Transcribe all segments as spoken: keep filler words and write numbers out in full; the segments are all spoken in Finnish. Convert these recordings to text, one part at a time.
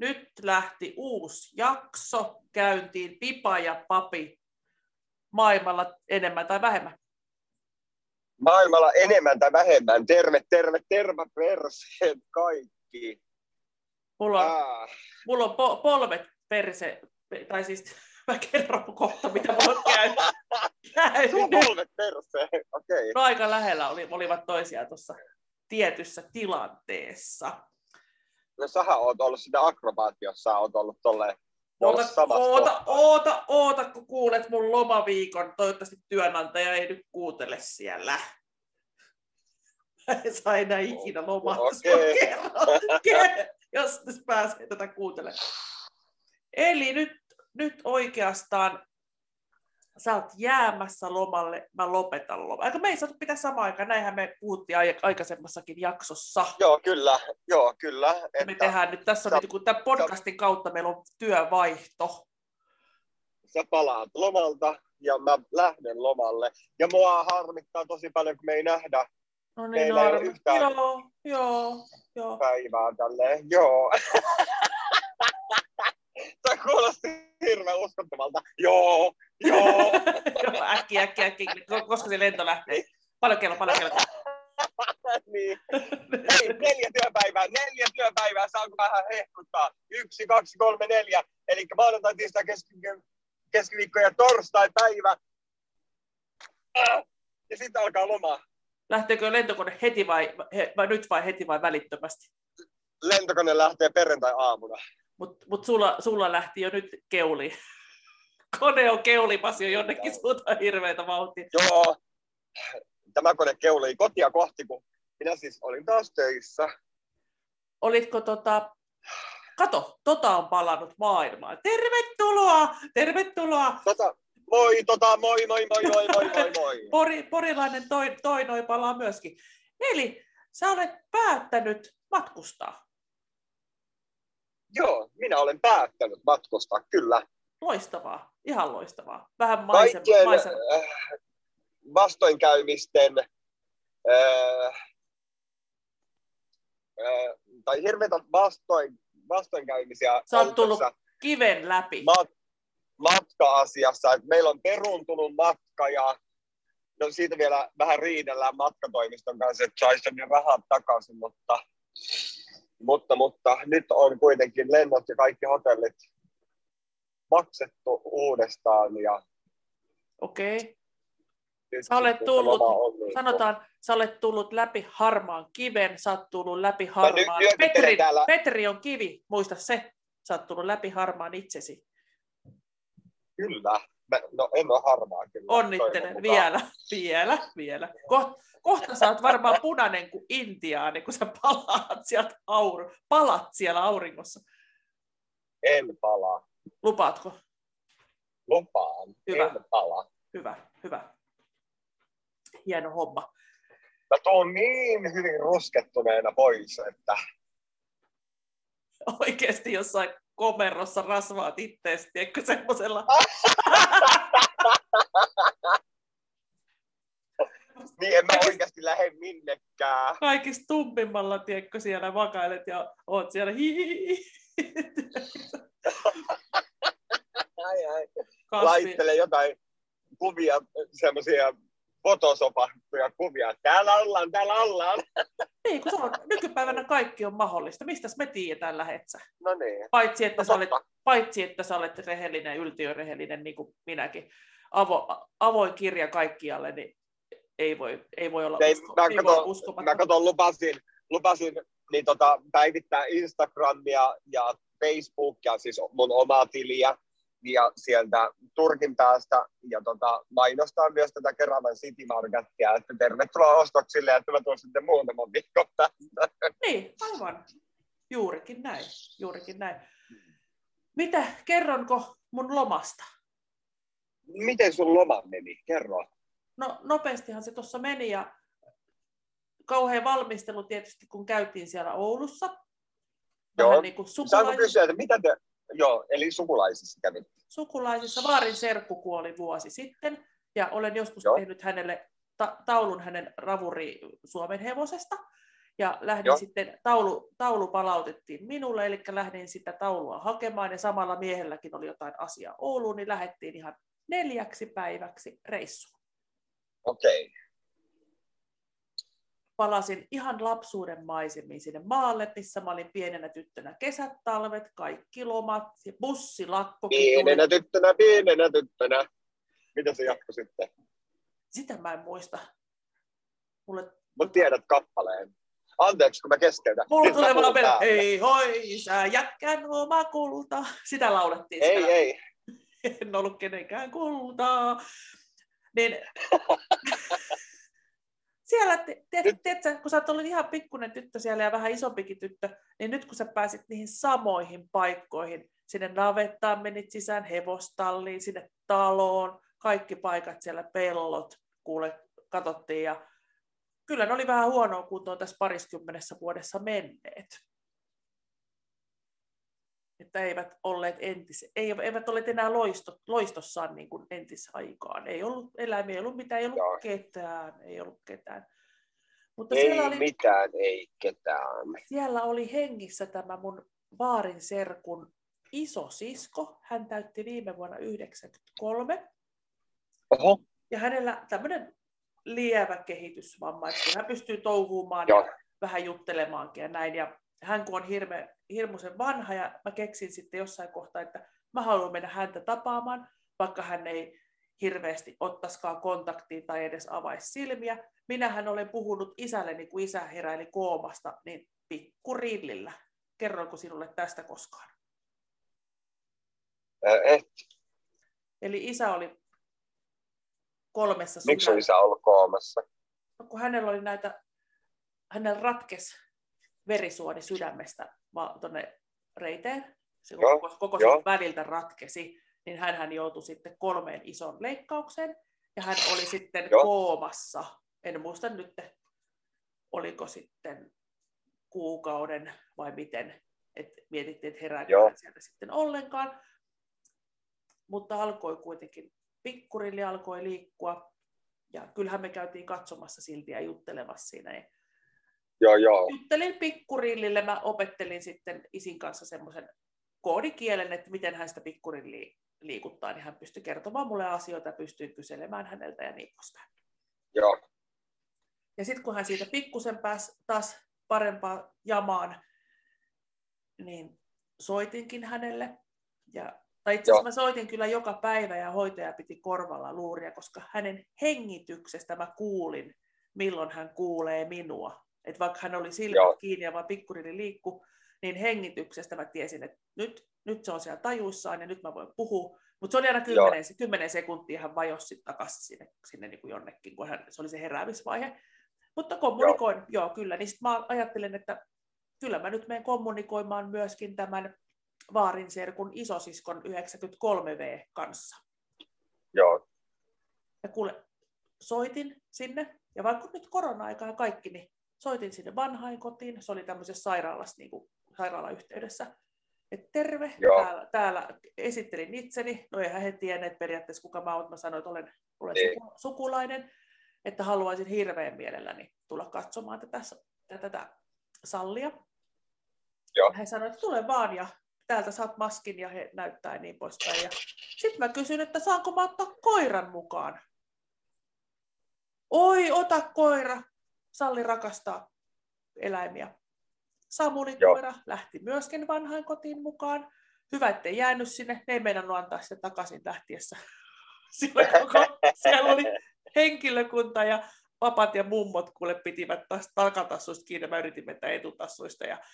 nyt lähti uusi jakso käyntiin, Pipa ja Papi, maailmalla enemmän tai vähemmän. Maailmalla enemmän tai vähemmän. Terve, terve, terve perseet kaikki. Mulla on, ah. mulla on po- polvet perse, tai siis mä kerron kohta, mitä mulla on käynyt. Sulla on polvet perse, okei. Okay. No aika lähellä oli, olivat toisiaan tuossa tietyssä tilanteessa. No sähän oot ollut sitä akrobaatiossa, oot ollut tolleen Oota, oota, oota, oota, kun kuulet mun lomaviikon. Toivottavasti työnantaja ei nyt kuuntele siellä. Mä en saa enää ikinä lomaa, okay. jos pääsee tätä kuuntelemaan. Eli nyt, nyt oikeastaan sä oot jäämässä lomalle, mä lopetan lomalle. Aika me ei saatu pitää samaan aikaan, näinhän me puhuttiin aikaisemmassakin jaksossa. Joo, kyllä, joo, kyllä. Että me tehdään nyt, tässä on sä, nyt, kun tämän podcastin sä, kautta meillä on työvaihto. Sä palaat lomalta ja mä lähden lomalle. Ja mua harmittaa tosi paljon, kun me ei nähdä. No niin, no, ei ole yhtään joo, joo, joo. päivää tälleen, joo. Sä kuulosti hirveän uskottavalta. Joo, joo. Joo, äkki, äkki, äkki. Koska se lento lähtee. Paljon kello, paljon kello. Niin. Hei, neljä työpäivää, neljä työpäivää. Saanko vähän hehkuttaa? Yksi, kaksi, kolme, neljä. Eli maanantai, tiistai, keski, keskiviikko ja torstai päivä. Ja sitten alkaa loma. Lähteekö lentokone heti vai, he, vai nyt vai heti vai välittömästi? Lentokone lähtee perjantai-aamuna. Mutta mut sulla, sulla lähti jo nyt keuli. Kone on keulimassa jo jonnekin suuntaan hirveätä vauhtia. Joo, tämä kone keulii kotia kohti, kun minä siis olin taas töissä. Olitko tota... Kato, tota on palannut maailmaan. Tervetuloa, tervetuloa. Tota, moi, tota, moi, moi, moi, moi, moi, moi, moi. Pori, porilainen toi, toi noi palaa myöskin. Eli sä olet päättänyt matkustaa. Joo, minä olen päättänyt matkustaa, kyllä. Loistavaa, ihan loistavaa. Vähän maisema. Kaikkien maisema. Äh, vastoinkäymisten, äh, äh, tai hirveitä vastoin, vastoinkäymisiä. Sä oot tullut kiven läpi. Mat- matka-asiassa, että meillä on peruuntunut matka ja no siitä vielä vähän riidellään matkatoimiston kanssa, että saisi ne rahat takaisin, mutta Mutta, mutta nyt on kuitenkin lennot ja kaikki hotellit maksettu uudestaan. Ja okei. Sä olet tullut, niin sanotaan, sä olet tullut läpi harmaan kiven, sä oot tullut läpi harmaan. Nyt, Petri, täällä... Petri on kivi, muista se. Sä oot tullut läpi harmaan itsesi. Kyllä. Mä, no en ole harmaa kyllä. Onnittelen vielä, vielä, vielä. Kohta, kohta sä oot varmaan punainen kuin intiaani, kun sä palaat sieltä aur- palat siellä auringossa. En palaa. Lupaatko? Lupaan. Hyvä. En palaa. Hyvä, hyvä. Hieno homma. Mä tuun niin hyvin ruskettuneena pois, että... Oikeesti jossain komerossa rasvaat itteesti, eikö semmosella... Niin en mä oikeasti lähde minnekään. Kaikista tumpimmalla, tiedätkö, siellä vakailet ja oot siellä hihihi. Ai, ai. Laittele jotain kuvia, semmoisia fotosopattuja kuvia. Täällä ollaan, täällä ollaan. Niin, kun se on, nykypäivänä kaikki on mahdollista. Mistäs me tiedetään, lähet sä? No niin. Paitsi, että, no, sä olet, paitsi, että sä olet rehellinen, yltiörehellinen, niin kuin minäkin. Avo, avoin kirja kaikkialle, niin ei voi, ei voi olla ei, usko, mä ei katon, voi uskomatta. Mä katon, lupasin, lupasin niin tota, päivittää Instagramia ja Facebookia, siis mun omaa tiliä, ja sieltä Turkin päästä, ja tota, mainostaa myös tätä Keravan City Marketia, että tervetuloa ostoksille, että mä tuon sitten muutaman viikon päästä. Niin, aivan. Juurikin näin, juurikin näin. Mitä, kerronko mun lomasta? Miten sun loma meni? Kerro. No nopeastihan se tuossa meni ja kauhean valmistelu tietysti, kun käytiin siellä Oulussa. Vähän joo. Niin kuin sukulaisissa. Saanko kysyä, että mitä te... Joo, eli sukulaisissa kävit. Sukulaisissa. Vaarin serkku kuoli vuosi sitten ja olen joskus joo. tehnyt hänelle ta- taulun hänen ravuri Suomen hevosesta. Ja lähdin Joo. sitten, taulu, taulu palautettiin minulle, eli lähdin sitä taulua hakemaan, ja samalla miehelläkin oli jotain asiaa Ouluun, niin lähdettiin ihan neljäksi päiväksi reissuun. Okei. Okay. Palasin ihan lapsuuden maisemiin sinne maalle, missä mä olin pienenä tyttönä kesät, talvet, kaikki lomat, ja bussilakkokin pienenä tuli. tyttönä, pienenä tyttönä. Mitä se jatkoi sitten? Sitä mä en muista. Mulle, Mut tota... tiedät kappaleen. Anteeksi, kun mä keskeytän. Mulla tulee vaan vielä, hei hoi, isä, jätkän oma kulta. Sitä laulettiin. Ei, sitä. ei. En ollut kenenkään kultaa. Niin... Siellä, tiedätkö, kun sä oot ollut ihan pikkuinen tyttö siellä ja vähän isompikin tyttö, niin nyt kun sä pääsit niihin samoihin paikkoihin, sinne navettaan menit sisään, hevostalliin, sinne taloon, kaikki paikat siellä, pellot, kuule, katsottiin. Ja kyllä ne oli vähän huonoa kuntoon tässä pariskymmenessä vuodessa menneet. Että eivät olleet entis, eivät olleet enää loisto, loistossaan niin kuin entisaikaan. Ei ollut eläimiä, ei ollut mitään, ei ollut Joo. ketään, ei ollut ketään. Mutta ei siellä oli, mitään, ei ketään. Siellä oli hengissä tämä mun vaarin serkun isosisko. Hän täytti viime vuonna yhdeksänkymmentäkolme. Oho. Ja hänellä tämmöinen lievä kehitysvamma, että hän pystyy touhuumaan Joo. ja vähän juttelemaankin ja näin. Ja hän kun on hirve, hirmuisen vanha ja mä keksin sitten jossain kohtaa, että mä haluan mennä häntä tapaamaan, vaikka hän ei hirveästi ottaisikaan kontaktia tai edes avaisi silmiä. Minähän olen puhunut isälleni, kun isä heräili koomasta, niin pikkurillillä. Kerroinko sinulle tästä koskaan? Et. Eli isä oli kolmessa sydämessä. Miksi on isä ollut koomassa? No, kun hänellä oli näitä, hänellä ratkesi verisuoni sydämestä tuonne reiteen. Se Joo, koko, koko jo. väliltä ratkesi, niin hän joutui sitten kolmeen ison leikkaukseen. Ja hän oli sitten Joo. koomassa. En muista nyt, oliko sitten kuukauden vai miten. Et mietittiin, että herääkö sieltä sitten ollenkaan. Mutta alkoi kuitenkin, pikkurilli alkoi liikkua. Ja kyllähän me käytiin katsomassa silti ja juttelemassa siinä. Joo, joo. Juttelin pikkurillille, mä opettelin sitten isin kanssa semmoisen koodikielen, että miten hän sitä pikkurilliä liikuttaa, niin hän pystyi kertomaan mulle asioita ja pystyi kyselemään häneltä ja niin poispäin. Joo. Ja sitten kun hän siitä pikkusen pääsi taas parempaan jamaan, niin soitinkin hänelle. Ja, tai itse asiassa mä soitin kyllä joka päivä ja hoitaja piti korvalla luuria, koska hänen hengityksestä mä kuulin, milloin hän kuulee minua. Että vaikka hän oli silmät Joo. kiinni ja vaan pikkurilli liikku, niin hengityksestä mä tiesin, että nyt, nyt se on siellä tajuissaan ja nyt mä voin puhua. Mutta se oli aina kymmenen, kymmenen sekuntia hän vajosi sitten takaisin sinne, sinne niin kuin jonnekin, kun hän, se oli se heräämisvaihe. Mutta kommunikoin, joo, joo kyllä. Niin sitten mä ajattelin, että kyllä mä nyt menen kommunikoimaan myöskin tämän vaarin serkun isosiskon yhdeksänkymmentäkolme vuotiaan kanssa. Joo. Ja kuule, soitin sinne, ja vaikka nyt korona-aika ja kaikki, niin soitin sinne vanhainkotiin. Se oli tämmöisessä sairaalassa, niin kuin sairaalayhteydessä. Että terve, täällä, täällä esittelin itseni. No eihän he tienneet periaatteessa, kuka mä oon. Mä sanoin, että olen, olen suku, sukulainen, että haluaisin hirveän mielelläni tulla katsomaan tätä, tätä, tätä sallia. Joo. He sanoivat, että tule vaan ja täältä saat maskin ja he näyttää niin poispäin. Sitten mä kysyin, että saanko mä ottaa koiran mukaan. Oi, ota koira. Salli rakastaa eläimiä. Samuli Joo. koira lähti myöskin vanhainkotiin mukaan. Hyvä, ettei jäänyt sinne. Ne ei meinannut antaa sitä takaisin lähtiessä. Siellä, koko, siellä oli henkilökunta ja papat ja mummot, kuule pitivät taas takatassuista kiinni. Mä yritin mennä etutassuista. Ja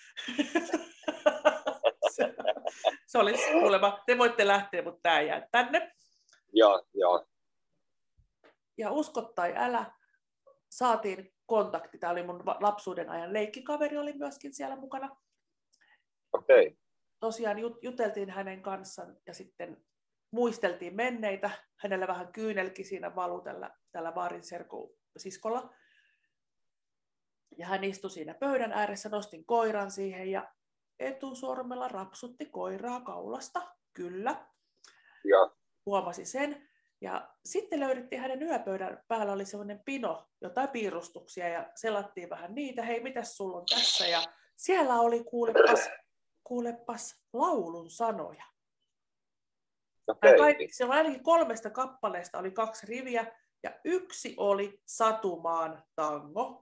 se, se oli kuulemma, te voitte lähteä, mutta tää jää tänne. Joo, joo. Ja usko tai älä, saatiin kontakti. Tämä oli mun lapsuuden ajan leikkikaveri, oli myöskin siellä mukana. Okei. Okay. Tosiaan jut, juteltiin hänen kanssaan ja sitten muisteltiin menneitä. Hänellä vähän kyynelki siinä valu tällä, tällä vaarin serkun siskolla. Ja hän istui siinä pöydän ääressä, nostin koiran siihen ja etusormella rapsutti koiraa kaulasta. Kyllä. Ja. Huomasi sen. Ja sitten löydettiin hänen yöpöydän päällä oli sellainen pino, jotain piirustuksia ja selattiin vähän niitä. Hei, mitäs sulla on tässä? Ja siellä oli kuulepas, kuulepas laulun sanoja. Okay. Kaikki, siellä oli ainakin kolmesta kappaleesta oli kaksi riviä ja yksi oli Satumaan tango.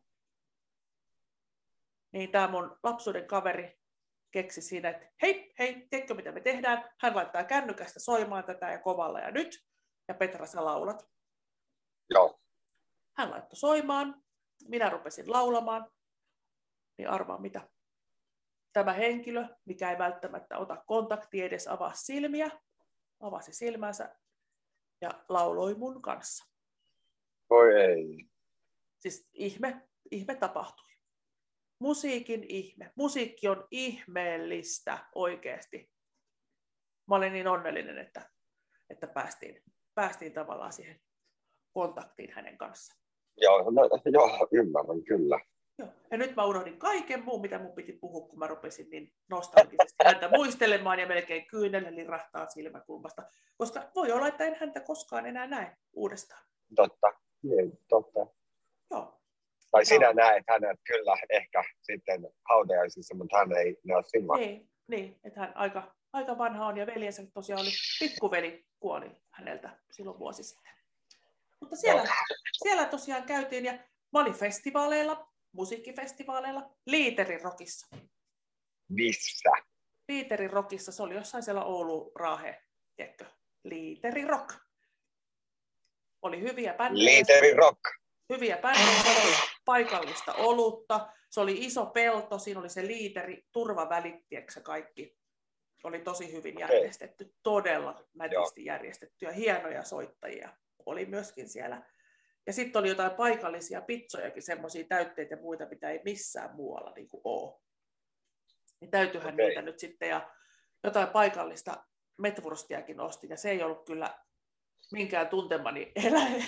Niin tämä mun lapsuuden kaveri keksi siinä, että hei, hei, tiedätkö mitä me tehdään? Hän laittaa kännykästä soimaan tätä ja kovalla ja nyt. Ja Petra, sä laulat. Joo. Hän laittoi soimaan, minä rupesin laulamaan, niin arvaa mitä. Tämä henkilö, mikä ei välttämättä ota kontaktia, edes avaa silmiä, avasi silmänsä ja lauloi mun kanssa. Voi ei. Siis ihme, ihme tapahtui. Musiikin ihme. Musiikki on ihmeellistä oikeasti. Mä olin niin onnellinen, että, että päästiin, päästiin tavallaan siihen kontaktiin hänen kanssaan. Joo, no, joo, ymmärrän kyllä. Joo. Ja nyt mä unohdin kaiken muun, mitä mun piti puhua, kun mä rupesin niin nostalgisesti häntä muistelemaan ja melkein kyynelle lirahtaa silmäkulmasta. Koska voi olla, että en häntä koskaan enää näe uudestaan. Totta, niin, totta. Joo. Tai sinä näet hänet kyllä ehkä sitten hautajaisissa, mutta hän ei näe sinua. Niin, niin, että hän aika, aika vanha on ja veljensä tosiaan oli, pikkuveli kuoli häneltä silloin vuosi sitten. Mutta siellä, no. siellä tosiaan käytiin ja mä olin festivaaleilla, musiikkifestivaaleilla, Liiterin Rockissa. Missä? Liiterin Rockissa, se oli jossain siellä Oulu, Raahe, tiedätkö? Liiterin Rock. Oli hyviä bändejä. Liiterin Rock. Hyviä bändejä, se oli paikallista olutta, se oli iso pelto, siinä oli se liiteri, turvavälittieksä kaikki. Oli tosi hyvin järjestetty, okay. Todella nätisti järjestetty ja hienoja soittajia oli myöskin siellä. Ja sitten oli jotain paikallisia pitsojakin, semmoisia täytteitä ja muita, mitä ei missään muualla niin kuin ole. Niin täytyyhän okay. niitä nyt sitten, ja jotain paikallista metwurstiakin ostin, ja se ei ollut kyllä minkään tuntemani eläin.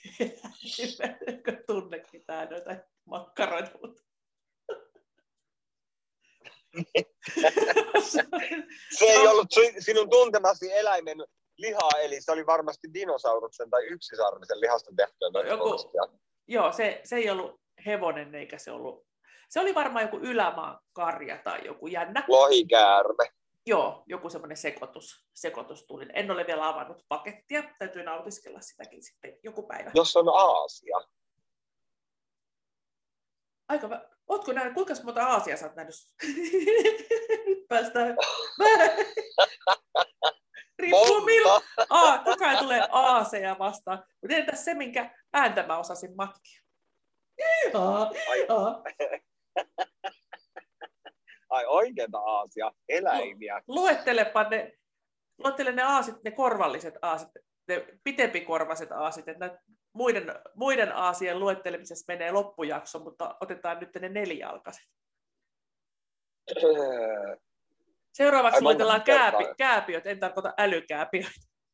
Eikö tunne mitään noita makkaroita, mutta... Se ei ollut sinun tuntemasi eläimen lihaa, eli se oli varmasti dinosauruksen tai yksisarvisen lihasta tehtyä. Joku, joo, se, se ei ollut hevonen, eikä se ollut... Se oli varmaan joku ylämaan karja tai joku jännä. Lohikäärme. Joo, joku semmoinen sekoitus, sekoitus tuli. En ole vielä avannut pakettia, täytyy nautiskella sitäkin sitten joku päivä. Jos on Aasia. Aika, ootko nähnyt, kuinka monta Aasia sä oot nähnyt? Nyt päästään. Riippuu milloin. Aa, koko ajan tulee Aaseja vastaan. Mutta entäs se, minkä ääntä mä osasin matkia? Aa, aa. Ai oikeita aasia, eläimiä. Luettelepa ne, luettele ne aasit, ne korvalliset aasit, ne pitempikorvaiset aasit, että muiden, muiden aasien luettelemisessa menee loppujakso, mutta otetaan nyt ne nelijalkaiset. Seuraavaksi Ai, luetellaan kääpi, kääpiöt, en tarkoita älykääpiöitä.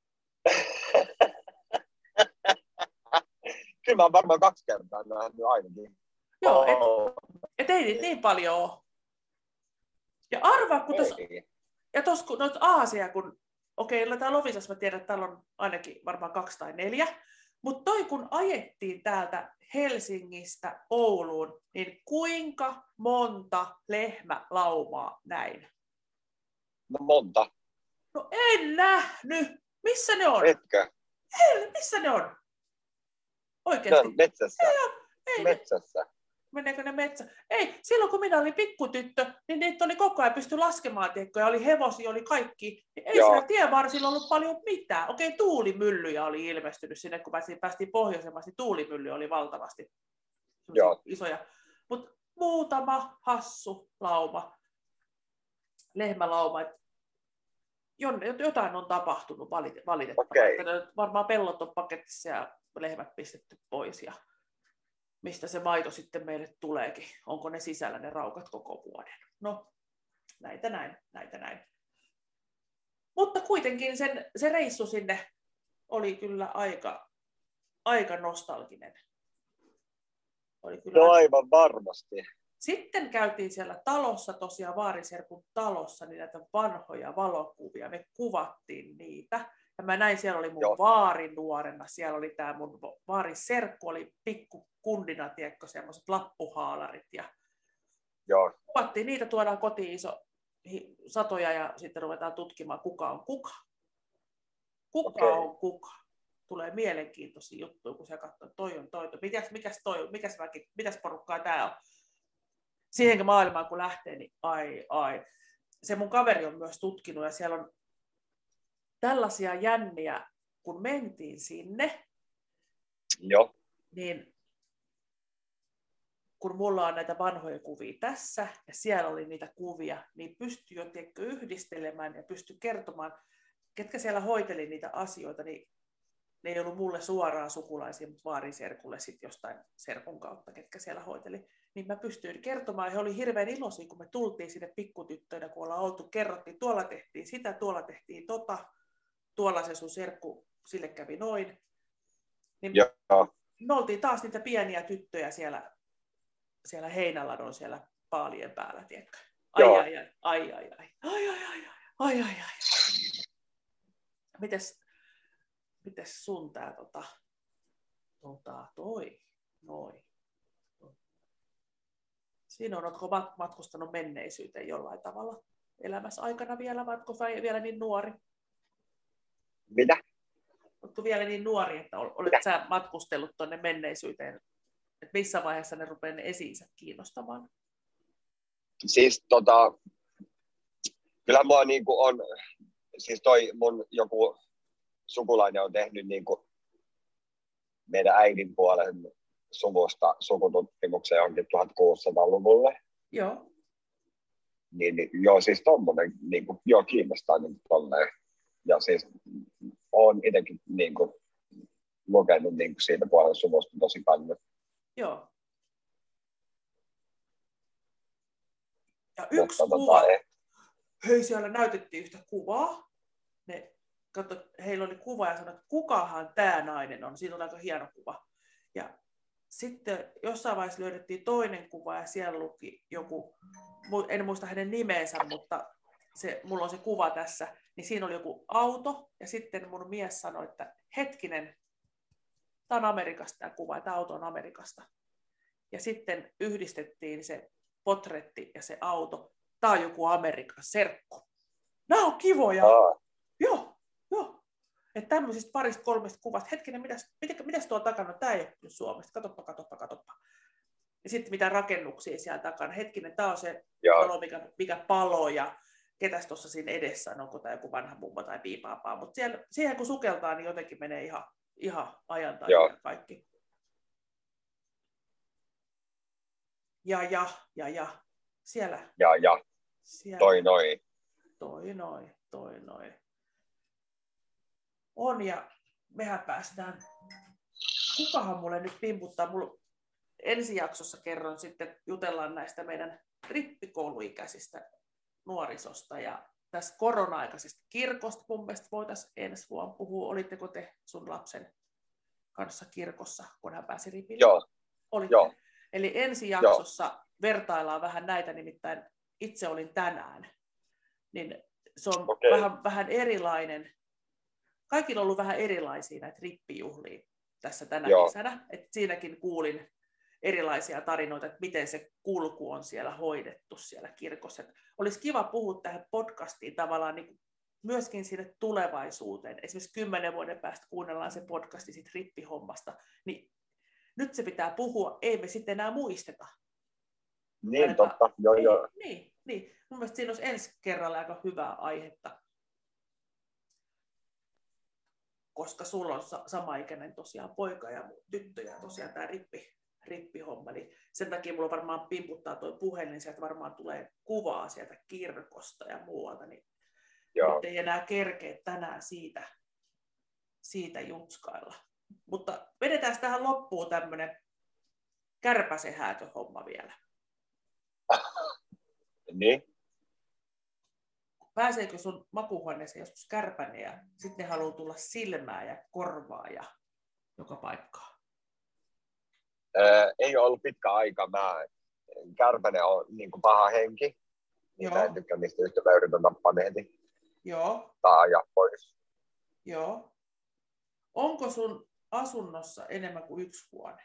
Kyllä mä oon varmaan kaksi kertaa nähnyt ainakin. Joo, et, et ei niitä niin paljon ole. Ja arvaa, kun tuossa, ja tuossa kun noita aasia, kun, okei, okay, täällä Lovisassa mä tiedän, että täällä on ainakin varmaan kaksi tai neljä, mutta toi kun ajettiin täältä Helsingistä Ouluun, niin kuinka monta lehmälaumaa näin? No monta. No en nähnyt. Missä ne on? Etkö? Ei, missä ne on? Oikeasti. No, metsässä. Ei, ei, metsässä. Meneekö ne metsä? Ei, silloin kun minä olin pikkutyttö, niin niitä oli koko ajan pysty laskemaan, tiekkoja, oli hevosia, oli kaikki. Ei Joo. siellä tienvarsilla ollut paljon mitään. Okei, tuulimyllyjä oli ilmestynyt sinne, kun päästiin, päästiin pohjoisemmasti, tuulimylly oli valtavasti isoja. Mutta muutama hassu lauma, lehmälauma. Jotain on tapahtunut valitettavasti. Okay. Varmaan pellot on paketissa ja lehmät pistetty pois. Ja mistä se maito sitten meille tuleekin. Onko ne sisällä ne raukat koko vuoden? No, näitä näin, näitä näin. Mutta kuitenkin sen, se reissu sinne oli kyllä aika, aika nostalginen. Oli kyllä no aivan varmasti. Sitten käytiin siellä talossa, tosiaan Vaariserkun talossa, niin näitä vanhoja valokuvia. Me kuvattiin niitä. Ja mä näin, siellä oli mun Joo. vaari nuorena, siellä oli tää mun vaarin serkku, oli pikku kundina, tiedätkö, semmoiset lappuhaalarit. Ja Joo. kuvattiin, niitä tuodaan kotiin iso satoja ja sitten ruvetaan tutkimaan, kuka on kuka. Kuka Okei. on kuka. Tulee mielenkiintoisia juttuja, kun sä katsoo, toi on toi. Mikäs, mikäs toi, mikäs väki, mitäs porukkaa tää on. Siihen maailmaan kun lähtee, niin ai ai. Se mun kaveri on myös tutkinut ja siellä on tällaisia jänniä, kun mentiin sinne, Joo. niin kun mulla on näitä vanhoja kuvia tässä ja siellä oli niitä kuvia, niin pystyi jo tiedätkö, yhdistelemään ja pystyi kertomaan, ketkä siellä hoiteli niitä asioita, niin ne ei ollut mulle suoraan sukulaisia, mutta vaariserkulle sitten jostain serkun kautta, ketkä siellä hoiteli. Niin mä pystyin kertomaan, ja he oli hirveän iloisia, kun me tultiin sinne pikkutyttöinä, kun ollaan oltu, kerrottiin, tuolla tehtiin sitä, tuolla tehtiin tota, tuolla se sun serkku, sille kävi noin. Niin Joo. me oltiin taas niitä pieniä tyttöjä siellä, siellä heinäladon siellä paalien päällä, tiedätkö? Ai, ai, ai, ai, ai, ai, ai, ai, ai, ai, ai, ai. Mites, mites sun tää tota, tota, toi, noin. Siinä on, ootko matkustanut menneisyyteen jollain tavalla elämässä aikana vielä, vai ootko vielä niin nuori? Mitä? Oletko vielä niin nuori, että olet sä matkustellut tuonne menneisyyteen? Että missä vaiheessa ne rupeaa ne esi-isät kiinnostamaan? Siis tota, kyllä mua niinku on, siis toi mun joku sukulainen on tehnyt niinku meidän äidin puolen suvusta sukututkimuksen johonkin tuhatkuusisataaluvulle. Joo. Niin, niin joo, siis tommonen niinku, joo, kiinnostaa niin tolleen. Ja siis olen itsekin niinku lukenut niinku siitä puolen suvusta tosi paljon. Joo. Ja yksi Mutta, kuva, tota, eh. hei siellä näytettiin yhtä kuvaa. Ne, katso, heillä oli kuva ja sanoi, että kukahan tämä nainen on. Siinä on aika hieno kuva. Ja sitten jossain vaiheessa löydettiin toinen kuva ja siellä luki joku, en muista hänen nimeensä, mutta se, mulla on se kuva tässä, niin siinä oli joku auto ja sitten mun mies sanoi, että hetkinen, tämä on Amerikasta tämä kuva, tämä auto on Amerikasta. Ja sitten yhdistettiin se potretti ja se auto, tämä on joku Amerikan serkku. Nämä on kivoja. Aa. Joo, joo. Että tämmöisistä parista kolmesta kuvasta, hetkinen, mitäs, mitäs tuo takana, tämä ei ole Suomesta, katoppa, katoppa, katoppa. Ja sitten mitä rakennuksia siellä takana, hetkinen, tämä on se talo, mikä, mikä palo ja ketäs tuossa siinä edessä on, onko tämä joku vanha mummo tai piipaapaa. Mutta siihen kun sukeltaa, niin jotenkin menee ihan, ihan ajan tai kaikki. Ja, ja, ja, ja. Siellä. Ja, ja. Siellä. Toi noin. Toi noin, toi noin. On ja mehän päästään. Kukahan mulle nyt pimputtaa? Mulla ensi jaksossa kerron sitten, jutellaan näistä meidän rippikouluikäisistä nuorisosta ja tässä korona-aikaisesta kirkosta mun mielestä voitaisiin ensi vuonna puhua. Olitteko te sun lapsen kanssa kirkossa, kun hän pääsi ripille? Joo. Olitte. Joo. Eli ensi jaksossa Joo. vertaillaan vähän näitä, nimittäin itse olin tänään. Niin se on okay. vähän, vähän erilainen. Kaikilla on ollut vähän erilaisia näitä rippijuhlia tässä tänä Joo. kesänä. Et siinäkin kuulin erilaisia tarinoita, että miten se kulku on siellä hoidettu siellä kirkossa. Et olisi kiva puhua tähän podcastiin tavallaan niin myöskin sinne tulevaisuuteen. Esimerkiksi kymmenen vuoden päästä kuunnellaan se podcasti siitä rippihommasta. Niin nyt se pitää puhua, ei me sitten enää muisteta. Niin, Ainakaan, totta. Joo, ei, joo. Niin, niin. Mun mielestä siinä olisi ensi kerralla aika hyvää aihetta. Koska sulla on samaikäinen tosiaan poika ja tyttö ja tosiaan tämä rippi, rippihomma. Niin sen takia mulla varmaan pimputtaa tuo puhelin, niin sieltä varmaan tulee kuvaa sieltä kirkosta ja muualta. Niin Joo. nyt ei enää kerkeä tänään siitä, siitä jutskailla. Mutta vedetään tähän loppuun tämmöinen kärpäsen häätöhomma vielä. Niin? Pääseekö sun makuuhuoneeseen joskus kärpäne ja sitten ne haluaa tulla silmää ja korvaa ja joka paikkaa? Öö, ei ole ollut pitkä aika. Mä, kärpäne on niin kuin paha henki. Niin mä en tykkää niistä yhtä mä yritän tappaa ne heti. Joo. Tai ajaa pois. Joo. Onko sun asunnossa enemmän kuin yksi huone?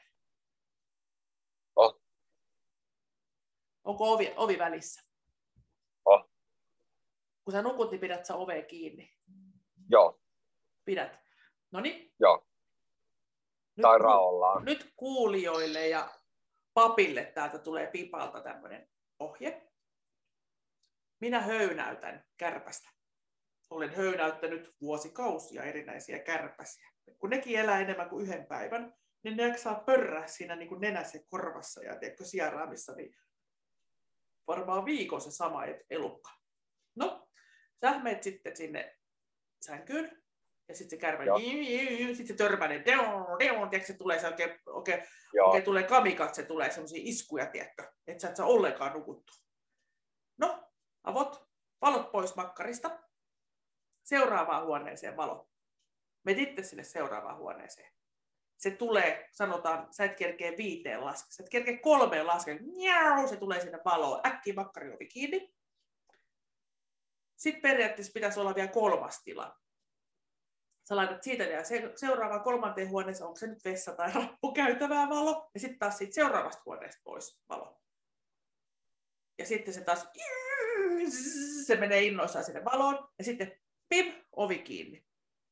Oh. Onko ovi, ovi välissä? Oh. Kun sä nukut, niin pidät sä ovea kiinni? Joo. Pidät. Noniin. Joo. Nyt, tai raollaan. Nyt kuulijoille ja papille täältä tulee pipalta tämmöinen ohje. Minä höynäytän kärpästä. Olen höynäyttänyt vuosikausia erinäisiä kärpäsiä. Kun nekin elää enemmän kuin yhden päivän, niin ne jaksaa pörrää siinä niin kuin nenässä ja korvassa ja tiedätkö, sieraamissa, niin varmaan viikon se sama elukka. No, sä menet sitten sinne sänkyyn ja sitten se kärpä, sitten se törmäinen, tiedätkö, se tulee se oikein, oikein, oikein tulee kamikatse, tulee semmoisia iskuja, tiedätkö, että sä et saa ollenkaan nukuttua. No, avot, valot pois makkarista, seuraavaan huoneeseen valo. Menet itse sinne seuraavaan huoneeseen. Se tulee, sanotaan, sä et kerkeä viiteen laskea, sä et kerkeä kolmeen laskea, njau, se tulee sinne valoon, äkkiä makkariovi kiinni. Sitten periaatteessa pitäisi olla vielä kolmas tila. Sä laitat siitä vielä seuraavaan kolmanteen huoneeseen, onko se nyt vessa tai rappukäytävää valo, ja sitten taas siitä seuraavasta huoneesta pois valo. Ja sitten se taas, se menee innoissaan sinne valoon, ja sitten pim, ovi kiinni.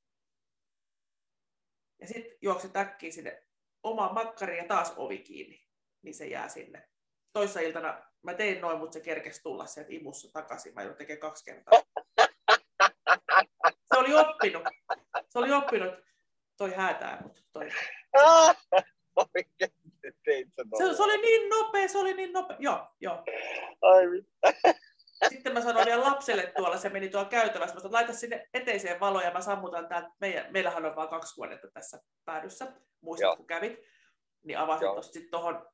Ja sitten juokset äkkiä sinne omaan makkariin ja taas ovi kiinni, niin se jää sinne. Toissa iltana mä tein noin, mutta se kerkesi tulla sieltä imussa takaisin. Mä joudun tekemään kaksi kertaa. Se oli oppinut. Se oli oppinut. Toi häätää, mutta toi. Se, se oli niin nopea, se oli niin nopea. Joo, joo. Sitten mä sanoin vielä lapselle tuolla, se meni tuolla käytävässä, mä sanoin, laita sinne eteiseen valoon ja mä sammutan täältä. Meidän, meillähän on vain kaksi huonetta tässä päädyssä. Muistat, kun kävit. Niin avasin tuosta sitten tuohon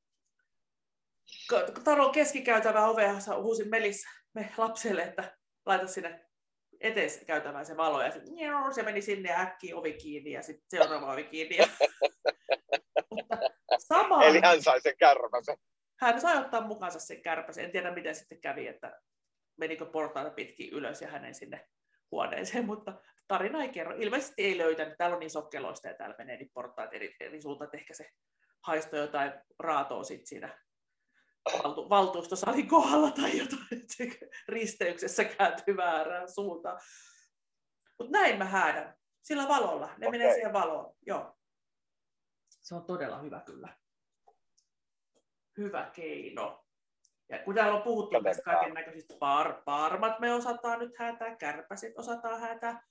talon keskikäytävää ovea, huusin Melissä me lapselle, että laita sinne eteiseen käytävään se valo. Ja sit, se meni sinne ja äkkiä ovi kiinni ja sitten seuraava ovi kiinni. Ja... Mutta samaan... Eli hän sai sen kärpäsen. Hän sai ottaa mukaansa sen kärpäsen. En tiedä, miten sitten kävi, että menikö portaita pitkin ylös ja hänen sinne huoneeseen, mutta tarina ei kerro. Ilmeisesti ei löytänyt. Täällä on niin sokkeloista ja täällä menee niin portaat eri, eri suuntaan, että ehkä se haistoi jotain raatoa sitten siinä valtu, valtuustosalin kohdalla tai jotain risteyksessä kääntyy väärään suuntaan. Mutta näin mä häädän. Sillä valolla. Ne okay. Menee siihen valoon. Joo. Se on todella hyvä kyllä. Hyvä keino. Ja kun täällä on puhuttu tästä kaiken näköisistä par, parmat, me osataan nyt häätää, kärpäsit osataan häätää.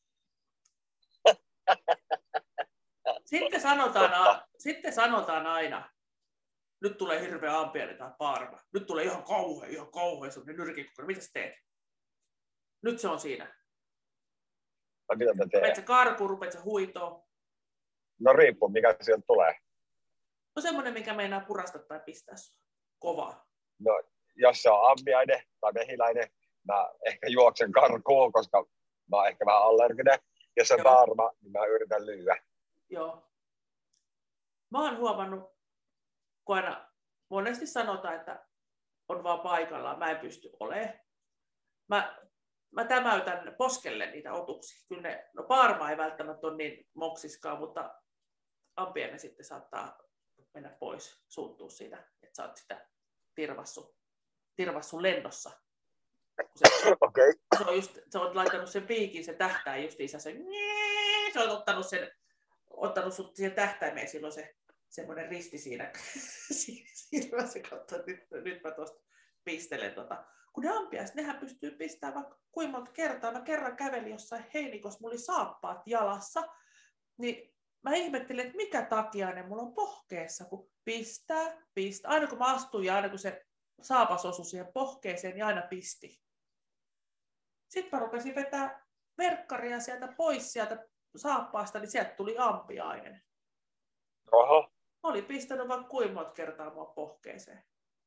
Sitten sanotaan, sitten sanotaan aina, nyt tulee hirveä ampiainen tai parma. Nyt tulee ihan kauhea, ihan kauhea semmoinen nyrkikukka. Mitä sä teet? Nyt se on siinä. No, mitä mä teen? Rupeat sä karkuun, rupeat sä huitoon. No riippuu, mikä sieltä tulee. No semmoinen, mikä meinaa purasta tai pistää sua. Kovaa. No, jos se on ampiainen tai mehiläinen, mä ehkä juoksen karkuun, koska mä oon ehkä vähän allerginen. Jos se on parma, niin mä yritän lyödä. Joo. Mä oon huomannut, kun aina monesti sanotaan, että on vaan paikallaan, mä en pysty olemaan. Mä, mä tämäytän poskelle niitä otuksia. Kyllä ne, no parma ei välttämättä ole niin moksiskaan, mutta ampiainen sitten saattaa mennä pois, suuttua siitä, että sä oot sitä tirvassu, tirvassu lennossa. Se, okay. se, on just, se on laittanut sen piikin, se tähtää justiinsa sen, se on ottanut, sen, ottanut sut siihen tähtäimeen, silloin se semmoinen risti siinä silmässä, katsoo, että nyt, nyt mä tuosta pistelen tota. Kun ne ampiaiset, nehän pystyy pistämään vaikka kuinka monta kertaa. Mä kerran kävelin jossain heinikossa, mulla oli saappaat jalassa, niin mä ihmettelin, että mikä takiainen mulla on pohkeessa, kun pistää, pistää. Aina kun mä astuin ja aina kun se saapas osui siihen pohkeeseen, niin aina pisti. Sitten mä rupesin vetää verkkaria sieltä pois sieltä saappaasta, niin sieltä tuli ampiainen. Oho. Mä olin pistänyt vaikka kuinka monta kertaa mua pohkeeseen.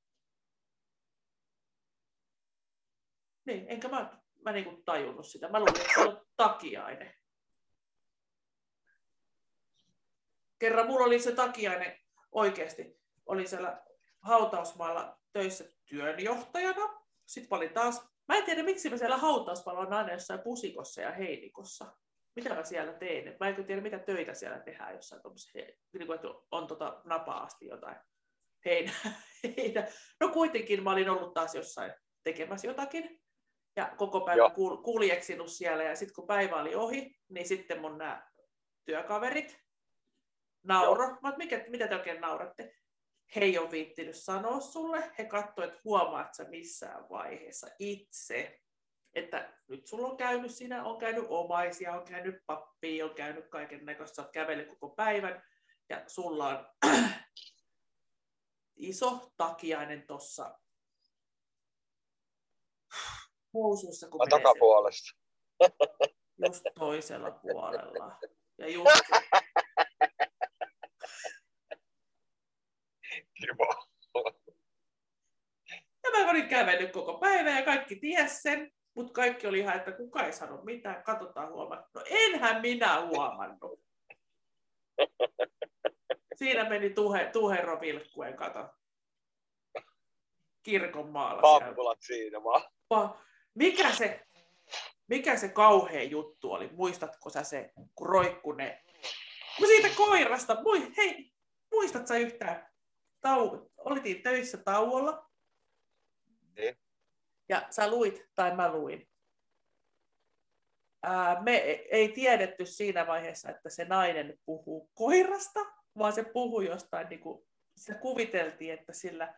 Niin, enkä mä, mä niinku tajunnut sitä. Mä luulin, että se on takiainen. Kerran mulla oli se takiainen oikeasti. Olin siellä hautausmaalla töissä työnjohtajana. Sitten mä olin taas, mä en tiedä miksi mä siellä hautausmaalla on aina jossain pusikossa ja heinikossa. mitä mä siellä teen. Mä en tiedä, mitä töitä siellä tehdään jossain tuollaisessa, niin kuin, että on tota napaasti jotain heinää. heinää. No kuitenkin mä olin ollut taas jossain tekemässä jotakin ja koko päivän kul- kuljeksinut siellä ja sitten kun päivä oli ohi, niin sitten mun nämä työkaverit nauro. Mä oot, mikä, mitä te oikein nauratte? He ei ole viittinyt sanoa sulle. He katsoivat, että huomaat sä missään vaiheessa itse, että nyt sulla on käynyt siinä, on käynyt omaisia, on käynyt pappia, on käynyt kaiken näköistä, sä oot kävellyt koko päivän ja sulla on iso takiainen tossa housuissa, kun menee takapuolesta. Just toisella puolella. Ja just Kiva. Ja mä olin kävellyt koko päivän ja kaikki ties sen, mutta kaikki oli ihan, että kuka ei sano mitään, katsotaan huomenna. No enhän minä huomannut. Siinä meni tuhe, tuhero vilkkuen, kato. Kirkon maalla. Pampulat siinä vaan. Mikä se, mikä se kauhea juttu oli? Muistatko sä se, kun roikku ne? Kun siitä koirasta, mui, hei, muistatko sä yhtään? Tau, olitiin töissä tauolla. Niin. Ja sä luit, tai mä luin. Ää, me ei tiedetty siinä vaiheessa, että se nainen puhuu koirasta, vaan se puhui jostain, niin kuin, sitä kuviteltiin, että sillä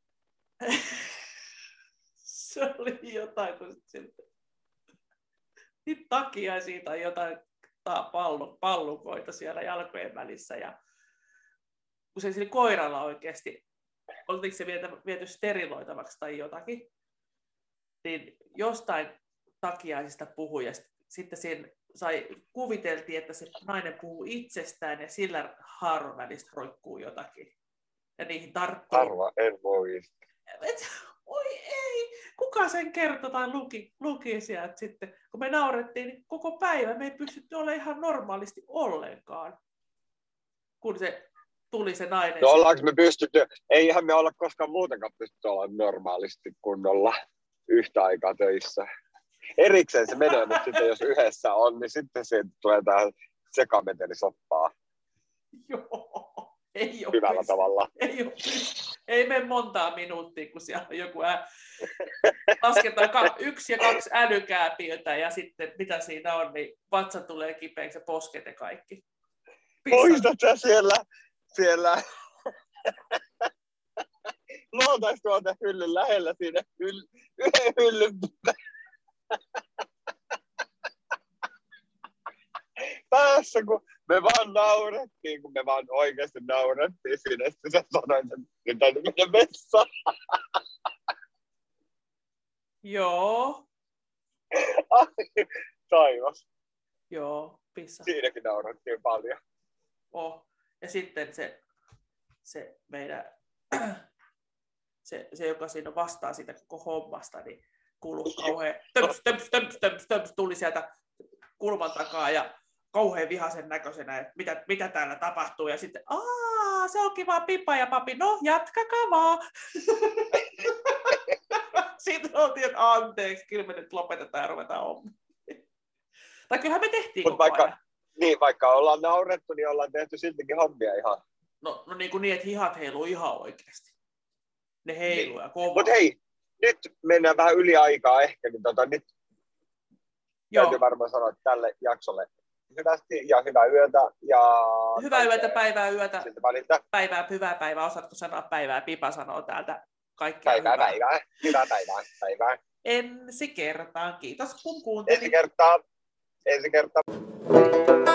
se oli jotain, kun sillä niin takia siitä on jotain pallo, pallukoita siellä jalkojen välissä. Ja kun se sillä koiralla oikeasti, oltiinko se viety, viety steriloitavaksi tai jotakin, niin jostain takiaisista puhui ja sitten siinä sai, kuviteltiin, että se nainen puhuu itsestään ja sillä haaron välistä roikkuu jotakin. Ja niihin tarttuu. Arva, en voi. Et, oi ei, kuka sen kertoi tai luki, luki sieltä sitten. Kun me naurettiin, niin koko päivä me ei pystytty olemaan ihan normaalisti ollenkaan. Kun se tuli se nainen. No ollaanko me pystytty, eihän me olla koskaan muutenkaan pystytty olla normaalisti kunnolla yhtä aikaa töissä. Erikseen se menee, mutta sitten jos yhdessä on, niin sitten siitä tulee tähän sekametelisoppaa. Joo, ei ole hyvällä pysty. tavalla. Ei ole pysty. Ei mene montaa minuuttia, kun siellä on joku ä... lasketaan ka- yksi ja kaksi älykääpiötä ja sitten mitä siinä on, niin vatsa tulee kipeäksi ja posket ja kaikki. Muistat sä siellä, siellä luontaistuote hyllyn lähellä siinä hyll, yhden hyllyn päässä, kun me vaan naurettiin, kun me vaan oikeasti naurettiin siinä, että sä sanoit, että nyt täytyy mennä vessaan. Joo. Ai, taivas. Joo, pissa. Siinäkin naurettiin paljon. Oh. Ja sitten se, se meidän, se, se joka siinä vastaa siitä koko hommasta, niin kuuluu kauhean töms, töms, töms, töms, töms, tuli sieltä kulman takaa ja kauhean vihaisen näköisenä, että mitä, mitä täällä tapahtuu. Ja sitten, aah, se onkin vaan Pippa ja papi, no jatkakaa vaan. Sitten oltiin, että anteeksi, kyllä me nyt lopetetaan ja ruvetaan hommaan. Tai kyllähän me tehtiin Mut koko vaikka, ajan. niin, vaikka ollaan naurettu, niin ollaan tehty siltikin hommia ihan. No, no niin kuin niin, että hihat heiluu ihan oikeasti. Ne heiluu niin. ja kovaa. Mutta hei, nyt mennään vähän yli aikaa ehkä, niin tota, nyt Joo. täytyy varmaan sanoa että tälle jaksolle hyvästi ja hyvää yötä. Ja hyvää yötä, päivää yötä, väliltä. päivää, hyvää päivää. Osaatko sanoa päivää? Pipa sanoo täältä kaikkea päivää, hyvää. Päivää, hyvää päivää, päivää. Ensi kertaan. Kiitos kun kuuntelit. Ensi kertaa. Ensi kertaa.